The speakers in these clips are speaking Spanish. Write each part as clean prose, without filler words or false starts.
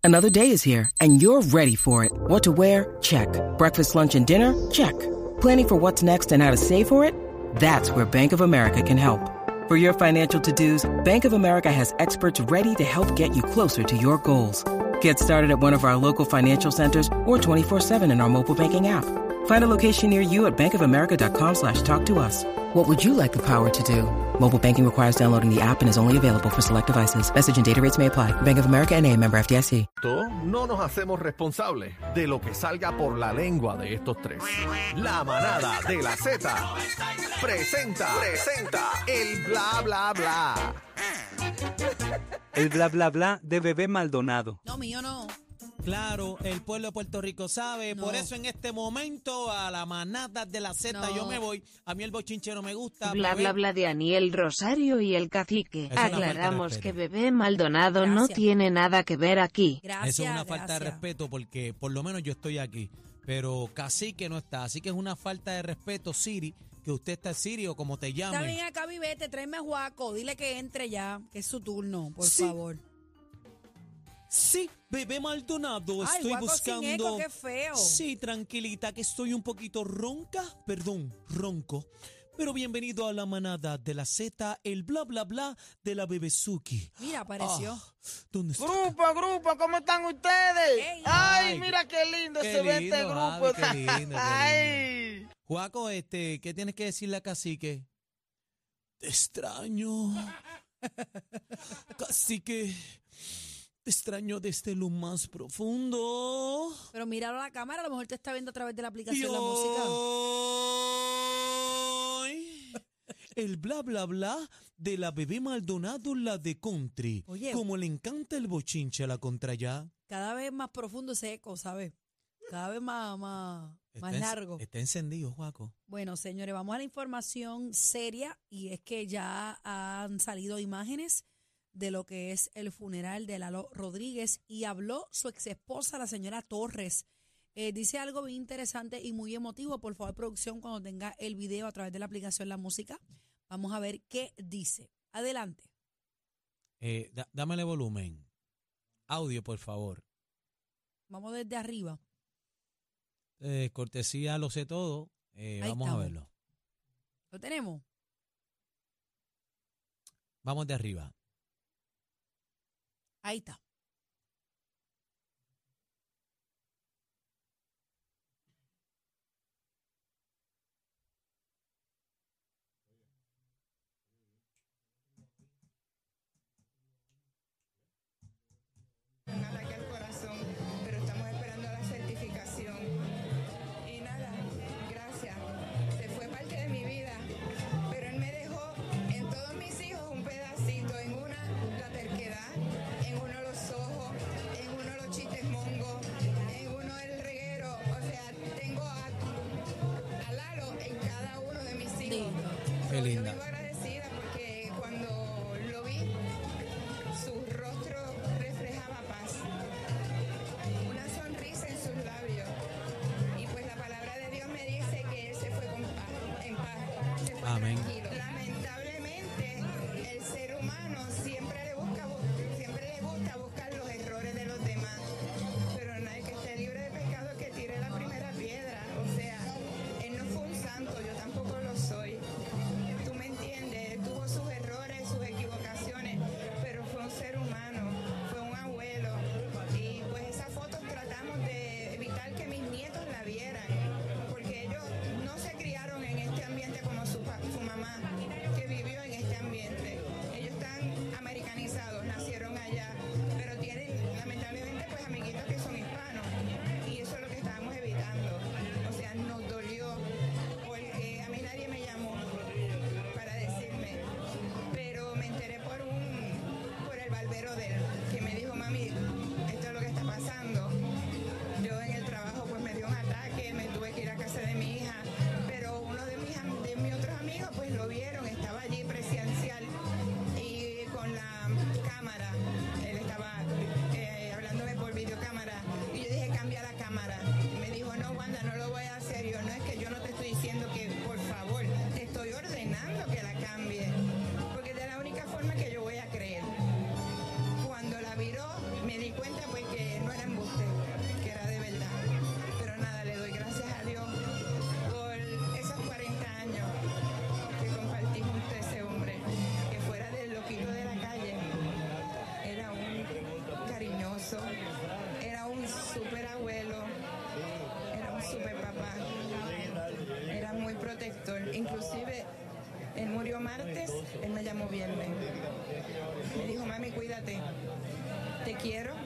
Another day is here, and you're ready for it. What to wear? Check. Breakfast, lunch, and dinner? Check. Planning for what's next and how to save for it? That's where Bank of America can help. For your financial to-dos, Bank of America has experts ready to help get you closer to your goals. Get started at one of our local financial centers or 24/7 in our mobile banking app. Find a location near you at bankofamerica.com/talktous. What would you like the power to do? Mobile banking requires downloading the app and is only available for select devices. Message and data rates may apply. Bank of America N.A., member FDIC. No nos hacemos responsables de lo que salga por la lengua de estos tres. La manada de la Z presenta el bla bla bla. El bla bla bla de Bebé Maldonado. No, mío no. Claro, el pueblo de Puerto Rico sabe, No. por eso en este momento a la manada de la Z No. yo me voy. A mí el bochinche no me gusta. Bla bla bla de Aniel Rosario y el cacique. Es una falta de Aclaramos que respeto. Bebé Maldonado no Gracias. tiene nada que ver aquí. Gracias. Eso es una falta de gracias. respeto porque por lo menos yo estoy aquí, pero Cacique no está. Así que es una falta de respeto, Siri, que usted está Siri o como te Está llame. bien acá, vivete, tráeme a Juaco. Dile que entre ya, que es su turno, por Sí. favor. Sí, Bebé Maldonado, Ay, estoy Juaco buscando. sin eco, qué feo. Sí, tranquilita, que estoy un poquito ronca. Perdón, ronco. Pero bienvenido a la manada de la Z, el bla bla bla de la Bebezuki. Mira, apareció. ¿Dónde está? Grupo, ¿cómo están ustedes? Ey. Ay, Ay, mira qué lindo qué se ve lindo, este grupo. Javi, qué lindo, qué Ay. Juaco, ¿qué tienes que decirle a Cacique? Te extraño. Cacique, te extraño desde lo más profundo. Pero míralo a la cámara, a lo mejor te está viendo a través de la Y aplicación de la música. hoy, el bla bla bla de la Bebé Maldonado, la de country. Oye. Como le encanta el bochinche a la contra ya. Cada vez más profundo ese eco, ¿sabes? Cada vez más Está largo. Está encendido, Juaco. Bueno, señores, vamos a la información seria y es que ya han salido imágenes de lo que es el funeral de Lalo Rodríguez y habló su ex esposa, la señora Torres. Dice algo bien interesante y muy emotivo. Por favor, producción, cuando tenga el video a través de la aplicación La Música, vamos a ver qué dice. Adelante. Dámele volumen. Audio, por favor. Vamos desde arriba. Cortesía, lo sé todo. Vamos a estamos. verlo. ¿Lo tenemos? Vamos de arriba. Ahí está. Ataque al corazón, pero estamos esperando la certificación. Y nada, gracias. Se fue parte de mi vida, pero él me dejó en todos mis hijos un pedacito. En una, la terquedad, en uno los último viernes. Me dijo, mami, cuídate, te quiero.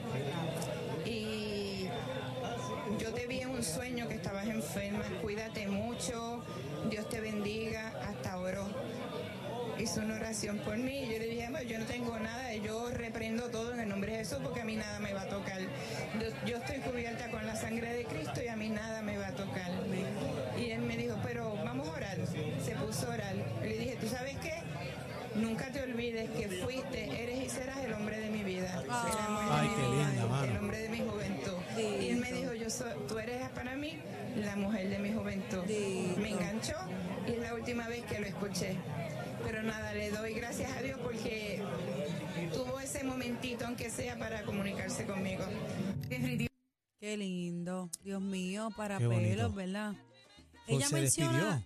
Y yo te vi en un sueño que estabas enferma, cuídate mucho, Dios te bendiga, hasta oró. Hizo una oración por mí y yo le dije, yo no tengo nada, yo reprendo todo en el nombre de Jesús porque a mí nada me va a tocar. Yo estoy cubierta con la sangre de Cristo y a mí nada me va a tocar. Y él me dijo, pero vamos a orar. Se puso a orar. Le dije, ¿tú sabes qué? Nunca te olvides que fuiste, eres y serás el hombre de mi vida. El amor de Ay, mi qué vida, linda, mano. el hombre de mi juventud. Y él me dijo, tú eres para mí la mujer de mi juventud. Me enganchó y es la última vez que lo escuché. Pero nada, le doy gracias a Dios porque tuvo ese momentito, aunque sea para comunicarse conmigo. Qué lindo, Dios mío, para Qué bonito. pelos, ¿verdad? Pues se despidió.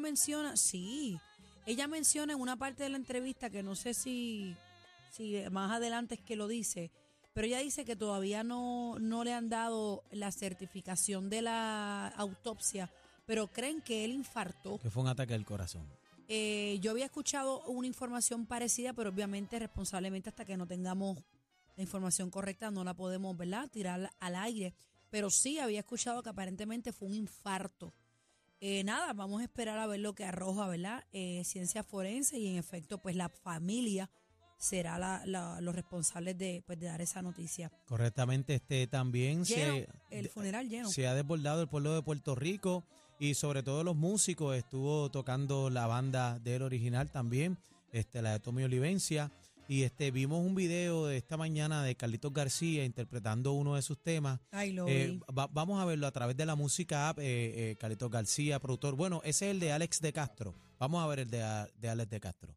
Ella menciona en una parte de la entrevista que no sé si más adelante es que lo dice, pero ella dice que todavía no le han dado la certificación de la autopsia, pero creen que él infartó. Que fue un ataque al corazón. Yo había escuchado una información parecida, pero obviamente responsablemente hasta que no tengamos la información correcta no la podemos, ¿verdad?, tirar al aire. Pero sí había escuchado que aparentemente fue un infarto. Nada, vamos a esperar a ver lo que arroja, ¿verdad? Ciencia forense y en efecto pues la familia será los responsables de dar esa noticia. Correctamente, también El funeral lleno. se ha desbordado el pueblo de Puerto Rico y sobre todo los músicos. Estuvo tocando la banda del original también, la de Tommy Olivencia, y vimos un video de esta mañana de Carlitos García interpretando uno de sus temas. Ay, lo vi. Vamos a verlo a través de la música app. Carlitos García, productor. Bueno, ese es el de Alex de Castro. Vamos a ver el de Alex de Castro.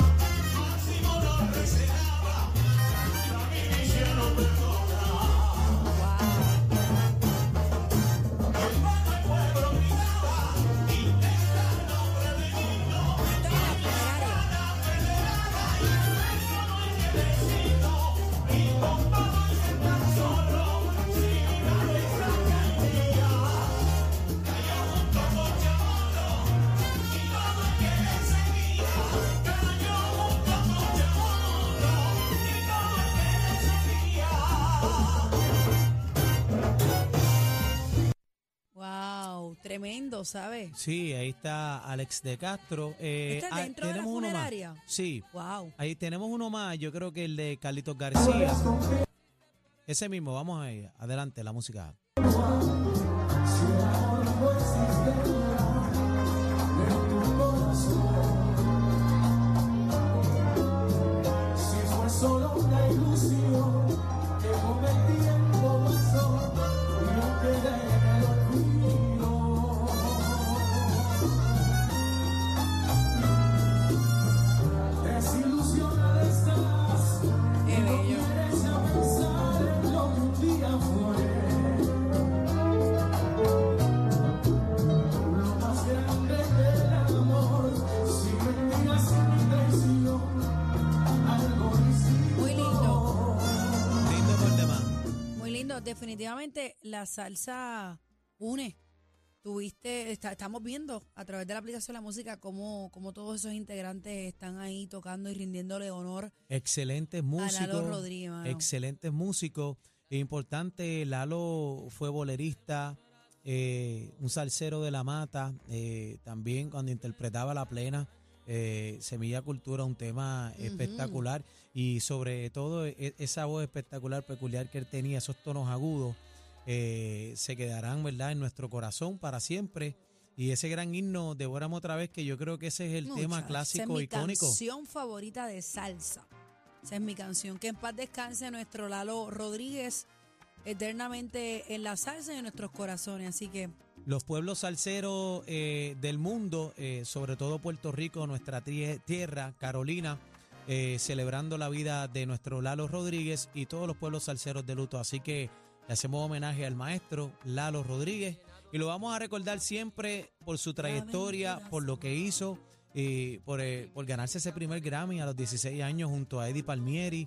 Wow, tremendo, ¿sabes? Sí, ahí está Alex de Castro. ¿Está dentro de la tenemos uno más. funeraria? Sí. Wow. Ahí tenemos uno más, yo creo que el de Carlitos García. Ese mismo, vamos ahí. Adelante, la música. Si fue solo una ilusión que con el tiempo pasó y yo quedé en el olvido. Desilusionada estás, Qué no bello. quieres avanzar en lo que un día fue. Lo más grande del amor, si mentiras sin traición, algo hicimos. Muy lindo. Lindo por demás. Muy lindo. Definitivamente la salsa une. Estamos viendo a través de la aplicación de la música cómo todos esos integrantes están ahí tocando y rindiéndole honor Excelentes a músicos. Lalo Rodríguez, mano. Excelentes músicos. Importante, Lalo fue bolerista, un salsero de la mata. También cuando interpretaba La Plena, Semilla Cultura, un tema espectacular. Y sobre todo esa voz espectacular, peculiar que él tenía, esos tonos agudos, se quedarán, ¿verdad?, en nuestro corazón para siempre. Y ese gran himno, Devórame otra vez, que yo creo que ese es el tema Muchachos, clásico, esa es mi icónico. canción favorita de salsa. Esa es mi canción. Que en paz descanse nuestro Lalo Rodríguez, eternamente en la salsa y en nuestros corazones. Así que Los pueblos salseros del mundo, sobre todo Puerto Rico, nuestra tierra, Carolina, celebrando la vida de nuestro Lalo Rodríguez y todos los pueblos salseros de luto. Así que le hacemos homenaje al maestro Lalo Rodríguez y lo vamos a recordar siempre por su trayectoria, por lo que hizo, por ganarse ese primer Grammy a los 16 años junto a Eddie Palmieri,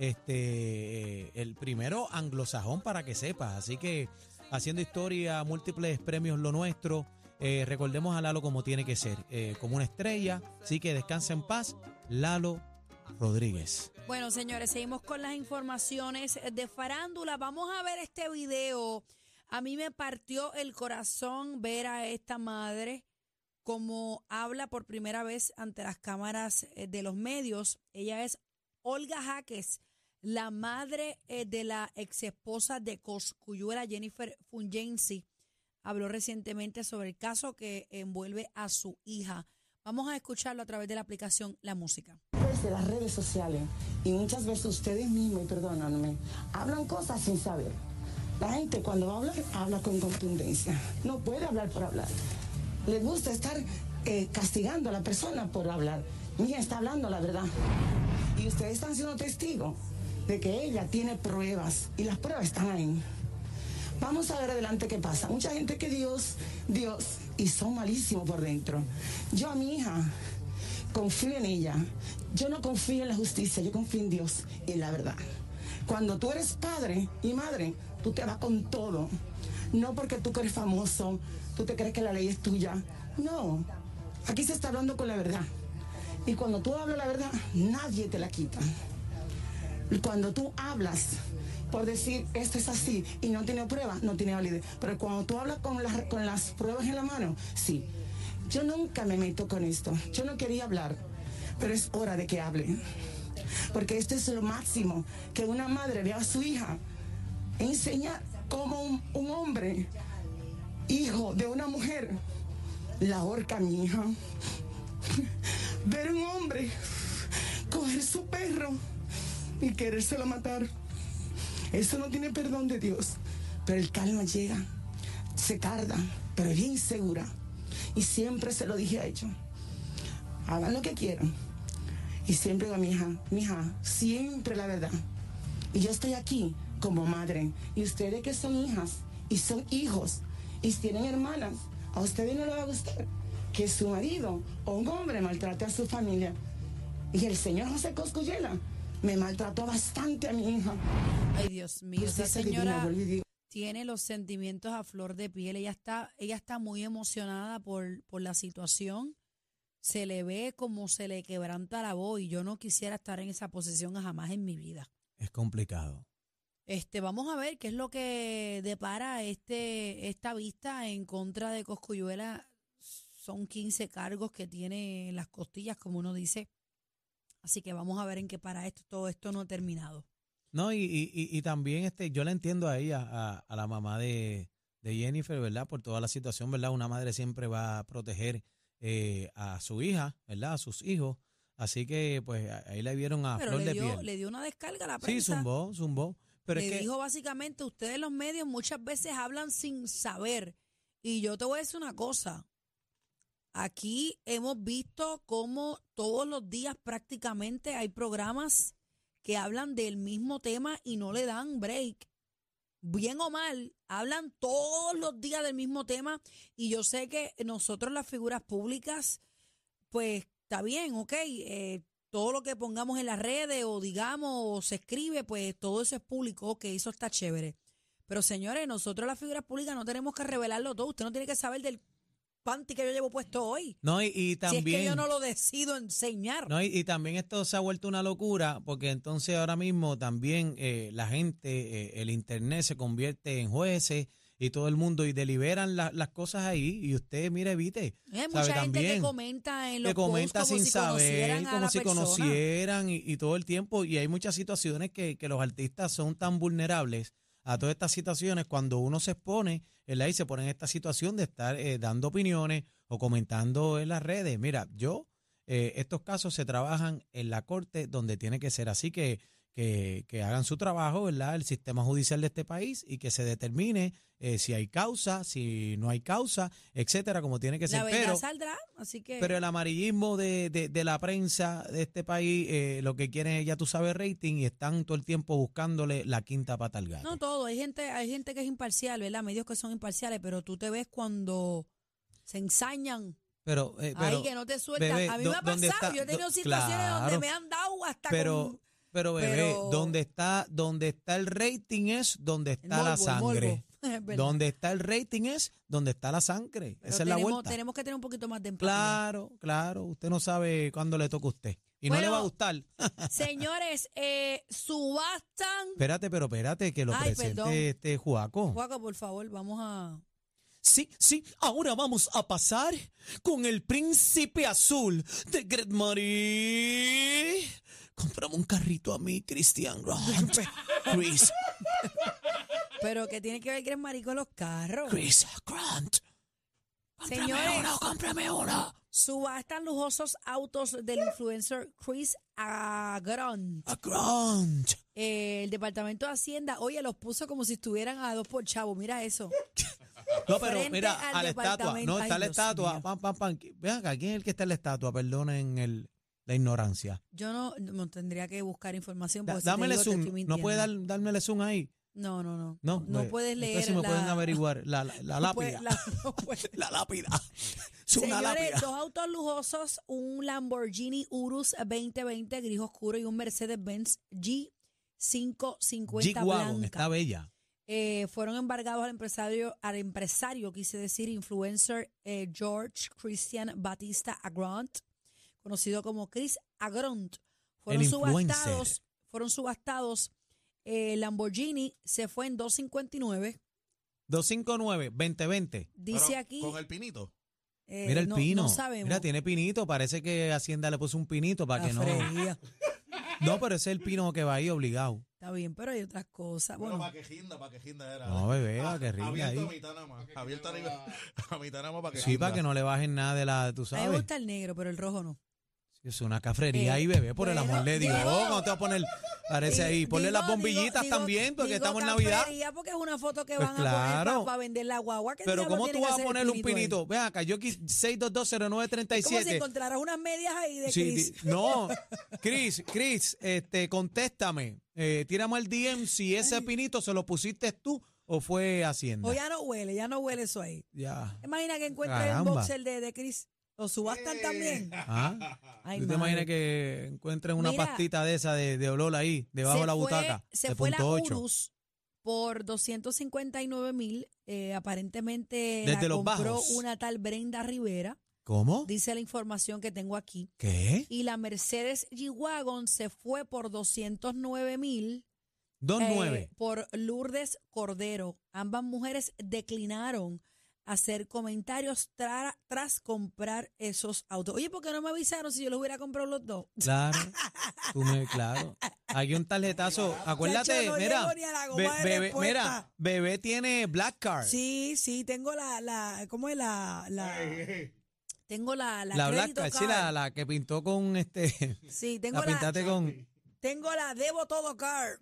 el primero anglosajón, para que sepas. Así que haciendo historia, múltiples premios lo nuestro. Recordemos a Lalo como tiene que ser, como una estrella. Así que descansa en paz, Lalo Rodríguez. Bueno, señores, seguimos con las informaciones de farándula. Vamos a ver este video. A mí me partió el corazón ver a esta madre como habla por primera vez ante las cámaras de los medios. Ella es Olga Jaques, la madre de la ex esposa de Cosculluela, Jennifer Fungensi. Habló recientemente sobre el caso que envuelve a su hija. Vamos a escucharlo a través de la aplicación La Música. De las redes sociales, y muchas veces ustedes mismos, y perdónenme, hablan cosas sin saber. La gente cuando va a hablar, habla con contundencia. No puede hablar por hablar. Les gusta estar castigando a la persona por hablar. Mi hija está hablando la verdad. Y ustedes están siendo testigos de que ella tiene pruebas, y las pruebas están ahí. Vamos a ver adelante qué pasa. Mucha gente que Dios, y son malísimos por dentro. Yo a mi hija confío en ella. Yo no confío en la justicia, yo confío en Dios y en la verdad. Cuando tú eres padre y madre, tú te vas con todo. No porque tú que eres famoso, tú te crees que la ley es tuya. No, aquí se está hablando con la verdad. Y cuando tú hablas la verdad, nadie te la quita. Cuando tú hablas por decir esto es así y no tiene pruebas, no tiene validez. Pero cuando tú hablas con las pruebas en la mano, sí. Yo nunca me meto con esto. Yo no quería hablar, pero es hora de que hable. Porque esto es lo máximo, que una madre vea a su hija enseñar como un hombre, hijo de una mujer, la ahorca a mi hija. Ver un hombre coger su perro y querérselo matar. Eso no tiene perdón de Dios. Pero el calma llega, se tarda, pero es bien segura. Y siempre se lo dije a ellos. Hagan lo que quieran. Y siempre digo a mi hija, siempre la verdad. Y yo estoy aquí como madre. Y ustedes que son hijas y son hijos y tienen hermanas, a ustedes no les va a gustar que su marido o un hombre maltrate a su familia. Y el señor José Cosculluela me maltrató bastante a mi hija. Ay, Dios mío, esa señora tiene los sentimientos a flor de piel. Ella está muy emocionada por la situación. Se le ve como se le quebranta la voz y yo no quisiera estar en esa posición jamás en mi vida. Es complicado. Vamos a ver qué es lo que depara esta vista en contra de Cosculluela. Son 15 cargos que tiene en las costillas, como uno dice. Así que vamos a ver en qué para esto. Todo esto no ha terminado. No, y también yo la entiendo a ella, a la mamá de Jennifer, ¿verdad? Por toda la situación, ¿verdad? Una madre siempre va a proteger a su hija, ¿verdad? A sus hijos. Así que, pues, ahí la vieron a flor de piel. Le dio una descarga a la prensa. Sí, zumbó. Pero le dijo básicamente, ustedes los medios muchas veces hablan sin saber. Y yo te voy a decir una cosa. Aquí hemos visto cómo todos los días prácticamente hay programas que hablan del mismo tema y no le dan break. Bien o mal, hablan todos los días del mismo tema y yo sé que nosotros las figuras públicas, pues está bien, ok, todo lo que pongamos en las redes o digamos o se escribe, pues todo eso es público, ok, eso está chévere. Pero señores, nosotros las figuras públicas no tenemos que revelarlo todo, usted no tiene que saber del panty que yo llevo puesto hoy. No, y también, si es que yo no lo decido enseñar. No, y también esto se ha vuelto una locura porque entonces ahora mismo también la gente, el internet se convierte en jueces y todo el mundo y deliberan las cosas ahí y usted, mire, evite. Mucha gente también, que comenta en los posts como sin si saber, como si persona. Conocieran y todo el tiempo y hay muchas situaciones que los artistas son tan vulnerables a todas estas situaciones cuando uno se expone, ¿verdad? Y se pone en esta situación de estar dando opiniones o comentando en las redes. Mira, estos casos se trabajan en la corte donde tiene que ser. Así que hagan su trabajo, ¿verdad? El sistema judicial de este país y que se determine si hay causa, si no hay causa, etcétera, como tiene que ser. La verdad saldrá, así que... Pero el amarillismo de la prensa de este país, lo que quieren es, ya tú sabes, rating y están todo el tiempo buscándole la quinta pata al gato. No todo, hay gente que es imparcial, ¿verdad? Medios que son imparciales, pero tú te ves cuando se ensañan. Pero ahí que no te sueltan. Bebé, a mí me ha pasado, yo he tenido situaciones donde me han dado hasta Pero bebé, donde está el rating es donde está la sangre. es verdad. Donde está el rating es donde está la sangre. Pero Esa es la vuelta. tenemos que tener un poquito más de empatía. Claro, claro. Usted no sabe cuándo le toca a usted. Y no Bueno, le va a gustar. Señores, subastan. Espérate, que lo Ay, presente perdón. este Juaco. Juaco, por favor, vamos a... Sí, ahora vamos a pasar con el príncipe azul de Great Money. Compramos un carrito a mí, Christian Grant. Chris Pero que tiene que ver que eres marico en los carros. Grant. Señores, Cómprame uno. subastan lujosos autos del influencer Chris Agront. A Grant. El Departamento de Hacienda, oye, los puso como si estuvieran a 2 por chavo. Mira eso. No, pero Frente mira, al a la estatua. departamento. No, está Ay, la Dios estatua. mío. Pam. Vean acá, ¿quién es el que está en la estatua? Perdonen la ignorancia. Yo no tendría que buscar información. Porque si te Dámele digo, te zoom. estoy No puede mintiendo. dármele zoom ahí. No. No, No puedes leer Después si me pueden la- averiguar. La No puede- lápida. no puede. La lápida. Es una Señores, lápida. 2 autos lujosos, un Lamborghini Urus 2020 gris oscuro y un Mercedes-Benz G550 G-Wagon, blanca. está bella. Fueron embargados al empresario, quise decir, influencer George Christian Batista Agront, conocido como Chris Agront. El influencer. Fueron subastados. Lamborghini se fue en 259. 259, 2020. Dice aquí. Con el pinito. Mira el no, pino. No sabemos. Mira, tiene pinito. Parece que Hacienda le puso un pinito para La que no. freguía. No, pero ese es el pino que va ahí obligado. Está bien, pero hay otras cosas. Bueno, para que ginda era. No, bebé, para que rinda Abierto ahí. a mitad nada más. Abierto a mitad nada más para que Sí, para que no le bajen nada de la, tú a mí me sabes. gusta el negro, pero el rojo no. Es una cafrería Eh, ahí, bebé, por el bueno, amor de Dios. digo- ¿Cómo te va a poner? Parece ahí. Ponle las bombillitas también, porque estamos en Navidad. Cafetería, porque es una foto que Pues van a poner claro. para vender la guagua. ¿Qué Pero diablo ¿cómo tiene tú que vas a hacer el poner un pinito ahí? pinito? Ven acá, yo aquí Es como si 6220937. encontraras unas medias ahí de Sí, Chris. no, Chris, contéstame. Tírame al DM si ese pinito se lo pusiste tú o fue Hacienda. O ya no huele eso ahí. Ya. Imagina que encuentres Caramba. un boxer de Chris. ¿Lo subastan también? ¿Ah? Ay, ¿Tú te madre. imaginas que encuentres una Mira, pastita de esa de olor ahí, debajo de la butaca? Se de fue la punto 8. Urus por 259,000. Aparentemente Desde la los compró bajos. una tal Brenda Rivera. ¿Cómo? Dice la información que tengo aquí. ¿Qué? Y la Mercedes G-Wagon se fue por 209,000 2.9. por Lourdes Cordero. Ambas mujeres declinaron hacer comentarios tras comprar esos autos. Oye, ¿por qué no me avisaron si yo los hubiera comprado los dos? Claro. Claro. Hay un tarjetazo. Acuérdate, Chacho, no mira. llego ni a la goma de respuesta. Mira, bebé tiene Black Card. Sí, tengo ¿cómo es tengo la la Black credit Card, sí, card. la que pintó con Sí, tengo la pintaste con. tengo la Debo Todo Card.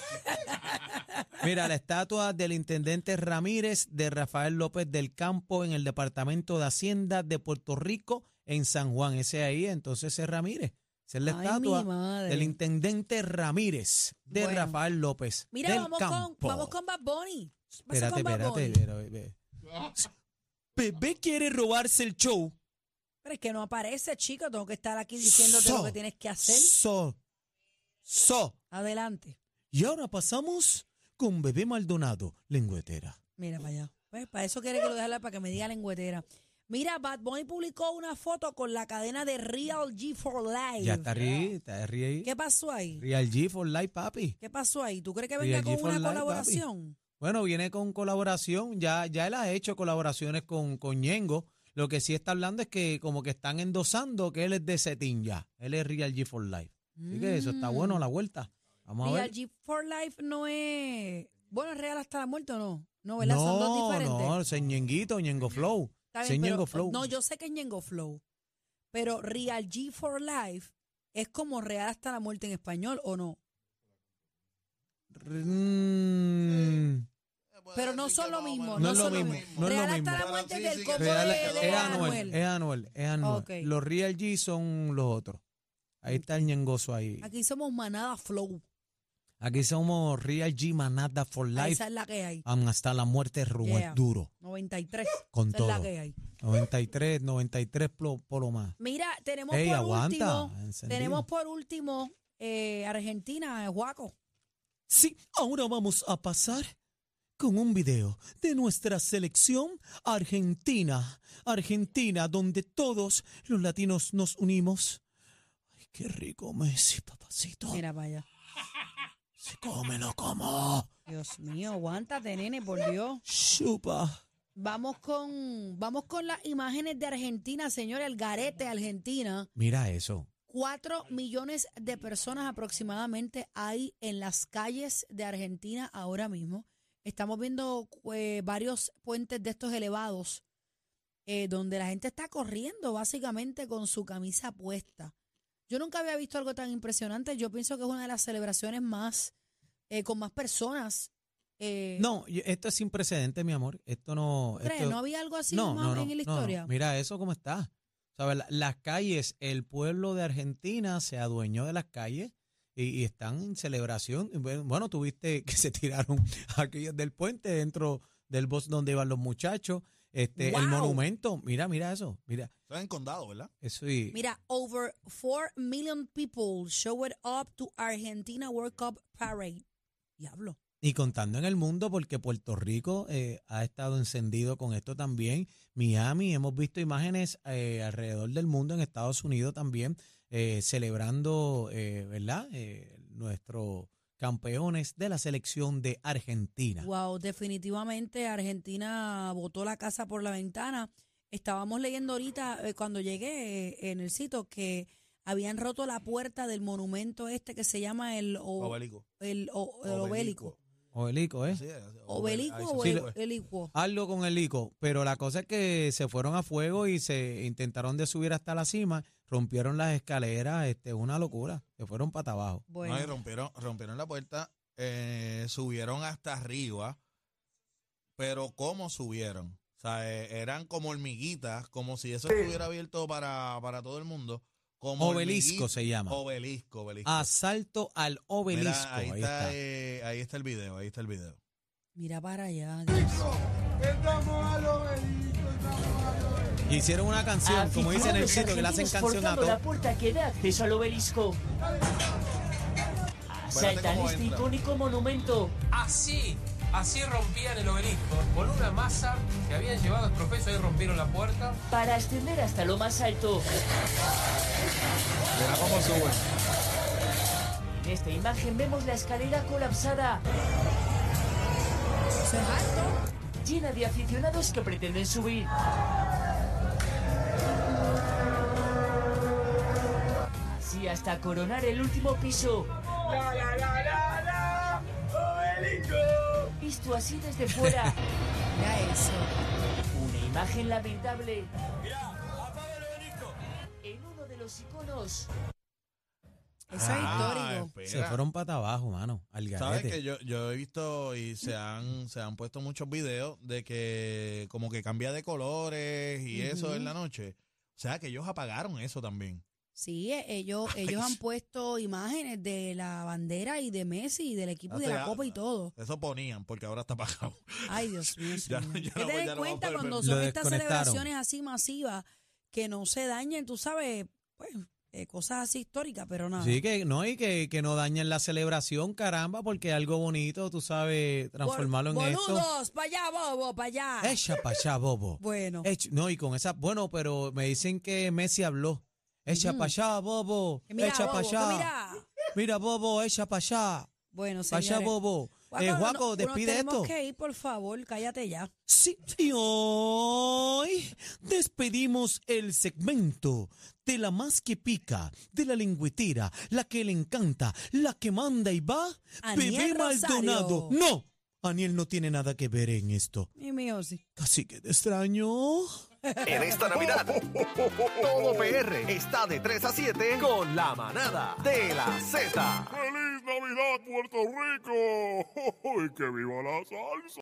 Mira, la estatua del intendente Ramírez de Rafael López del Campo en el Departamento de Hacienda de Puerto Rico en San Juan. Ese ahí, entonces es Ramírez. Esa es la Ay, estatua mi madre. del intendente Ramírez de Bueno. Rafael López Mira, del vamos Campo. con Bad Bunny. ¿Qué pasa Espérate, con Bad Bunny? bebé. Bebé quiere robarse el show. Pero es que no aparece, chico. Tengo que estar aquí diciéndote lo que tienes que hacer. Adelante. Y ahora pasamos con Bebé Maldonado, lengüetera. Mira para allá. Pues, para eso quiere que lo deje hablar, para que me diga lengüetera. Mira, Bad Bunny publicó una foto con la cadena de Real G for Life. Ya está ahí. ¿Qué pasó ahí? Real G for Life, papi. ¿Qué pasó ahí? ¿Tú crees que venga Real con G for una Life, colaboración? Bueno, viene con colaboración. Ya él ha hecho colaboraciones con Ñengo. Lo que sí está hablando es que como que están endosando que él es de Cetín ya. Él es Real G for Life. Así que eso está bueno a la vuelta. Vamos a Real ver. G for Life no es... Bueno, ¿es real hasta la muerte o no? No, ¿verdad? Son dos diferentes. No, ese es Ñenguito, Ñengo Flow. Está Ese bien, es pero- Ñengo Flow. No, yo sé que es Ñengo Flow. Pero Real G for Life es como real hasta la muerte en español, ¿o no? Pero no son lo mismo. No es lo son mismo, no es lo Real mismo. hasta la muerte es del combo Real- de es Anuel. anual. Ok. Los Real G son los otros. Ahí está el ñengoso ahí. Aquí somos Manada Flow. Aquí somos Real G Manada for Life. Esa es la que hay. Hasta la muerte rumbo Yeah. es duro. 93. Con Esa todo. es la que hay. 93 por lo más. Mira, tenemos Ey, por aguanta, último, encendido. Argentina, Juaco. Sí, ahora vamos a pasar con un video de nuestra selección Argentina. Argentina, donde todos los latinos nos unimos. Ay, qué rico Messi, papacito. Mira, vaya. Se cómelo como. Dios mío, aguántate, nene, por Dios. Chupa. Vamos con las imágenes de Argentina, señor, el garete Argentina. Mira eso. 4 millones de personas aproximadamente hay en las calles de Argentina ahora mismo. Estamos viendo varios puentes de estos elevados donde la gente está corriendo básicamente con su camisa puesta. Yo nunca había visto algo tan impresionante. Yo pienso que es una de las celebraciones más con más personas. No, esto es sin precedente, mi amor. Esto no. ¿Crees? Esto, ¿No había algo así no, más no, en la historia? no. Mira eso cómo está. ¿Sabes? Las calles, el pueblo de Argentina se adueñó de las calles y están en celebración. Bueno, tuviste que se tiraron aquellos del puente dentro del bosque donde iban los muchachos. El monumento, mira eso, mira. Está en condado, ¿verdad? Eso y Mira, over 4 million people showed up to Argentina World Cup Parade. Diablo. Y contando en el mundo, porque Puerto Rico ha estado encendido con esto también. Miami, hemos visto imágenes alrededor del mundo, en Estados Unidos también, celebrando, ¿verdad? Nuestros campeones de la selección de Argentina. Wow, definitivamente Argentina botó la casa por la ventana. Estábamos leyendo ahorita, cuando llegué en el sitio, que habían roto la puerta del monumento que se llama el Obelisco. Obelisco. Obelisco, ¿eh? Sí, ¿Obelisco o sí, Obelisco? Algo con el ico, pero la cosa es que se fueron a fuego y se intentaron de subir hasta la cima, rompieron las escaleras, una locura, se fueron para abajo. Bueno. No, y rompieron la puerta, subieron hasta arriba, pero ¿cómo subieron? O sea, eran como hormiguitas, como si eso estuviera abierto para todo el mundo. Como Obelisco se llama. Obelisco. Asalto al obelisco. Mira, ahí está el video, Mira para allá. Dios. Estamos al obelisco, Hicieron una canción, como dicen en el sitio, que le hacen canción a la todos. puerta que da acceso al obelisco. Asaltan este icónico monumento. Así rompían el obelisco, con una masa que habían llevado a profeso, ahí rompieron la puerta. Para ascender hasta lo más alto. Mira cómo suben. En esta imagen vemos la escalera colapsada. Eso es alto. Llena de aficionados que pretenden subir. Así hasta coronar el último piso. ¡Obelisco! Visto así desde fuera. Mira eso. Una imagen lamentable. En uno de los iconos. Eso es histórico. Se fueron para abajo, mano, al garete. ¿Sabes que yo he visto y se han puesto muchos videos de que como que cambia de colores y eso en la noche? O sea, que ellos apagaron eso también. Sí, ellos han puesto imágenes de la bandera y de Messi y del equipo y de la Copa y todo. Eso ponían, porque ahora está apagado. Ay, Dios mío. Ya Hay que no tener cuenta poder cuando verlo. son estas celebraciones así masivas que no se dañen, tú sabes, pues, cosas así históricas, pero nada. Sí, que no, y que no dañen la celebración, caramba, porque es algo bonito, tú sabes, transformarlo en esto. Boludos, para allá, bobo, para allá. Echa para allá, bobo. Bueno. No, y con esa, bueno, pero me dicen que Messi habló. Echa para allá, bobo. Mira, Echa bobo, para allá. Mira, bobo, echa para allá. Bueno, Para señores. allá, bobo. Juaco, Juaco, despide tenemos esto. que ir, por favor, cállate ya. Sí, y hoy despedimos el segmento de la más que pica, de la lengüetera, la que le encanta, la que manda y va, Aniel Bebé Maldonado. Rosario. No, Aniel no tiene nada que ver en esto. Y mío, sí. Así que te extraño. En esta Navidad, todo PR está de 3 a 7 con la manada de la Z. ¡Feliz Navidad, Puerto Rico! ¡Y que viva la salsa!